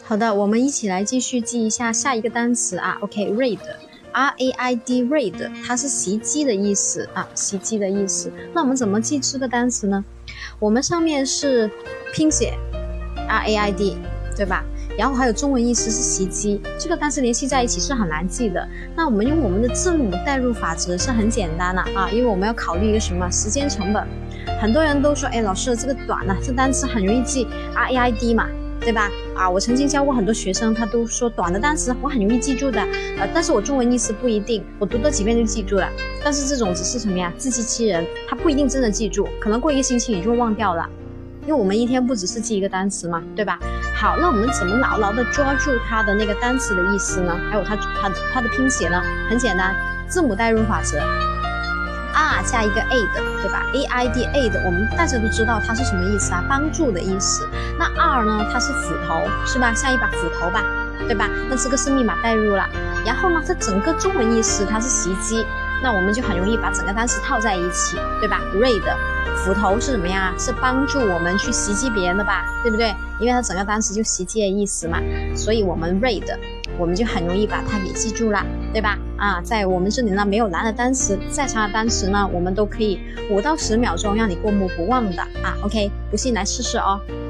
好的，我们一起来继续记一下下一个单词啊。OK，raid，R-A-I-D raid， 它是袭击的意思啊，袭击的意思。那我们怎么记这个单词呢？我们上面是拼写 R-A-I-D， 对吧？然后还有中文意思是袭击，这个单词联系在一起是很难记的。那我们用我们的字母代入法则是很简单的啊，因为我们要考虑一个什么时间成本。很多人都说，哎，老师这个短了，这单词很容易记 R-A-I-D 嘛，对吧？啊，我曾经教过很多学生，他都说短的单词我很容易记住的，但是我中文意思不一定，我读多几遍就记住了。但是这种只是什么呀？自欺欺人，他不一定真的记住，可能过一个星期你就忘掉了。因为我们一天不只是记一个单词嘛，对吧？好，那我们怎么牢牢的抓住它的那个单词的意思呢？还有它的拼写呢？很简单，字母代入法则。R 加一个 aid， 对吧 ？A-I-D aid， 我们大家都知道它是什么意思啊？帮助的意思。那 R 呢？它是斧头，是吧？像一把斧头吧，对吧？那这个是密码代入了。然后呢，它整个中文意思它是袭击，那我们就很容易把整个单词套在一起，对吧 ？raid， 斧头是什么呀？是帮助我们去袭击别人的吧，对不对？因为它整个单词就袭击的意思嘛，所以我们 raid， 我们就很容易把它给记住了，对吧？啊，在我们这里呢，没有难的单词，再长的单词呢，我们都可以5到10秒钟让你过目不忘的啊。OK， 不信来试试哦。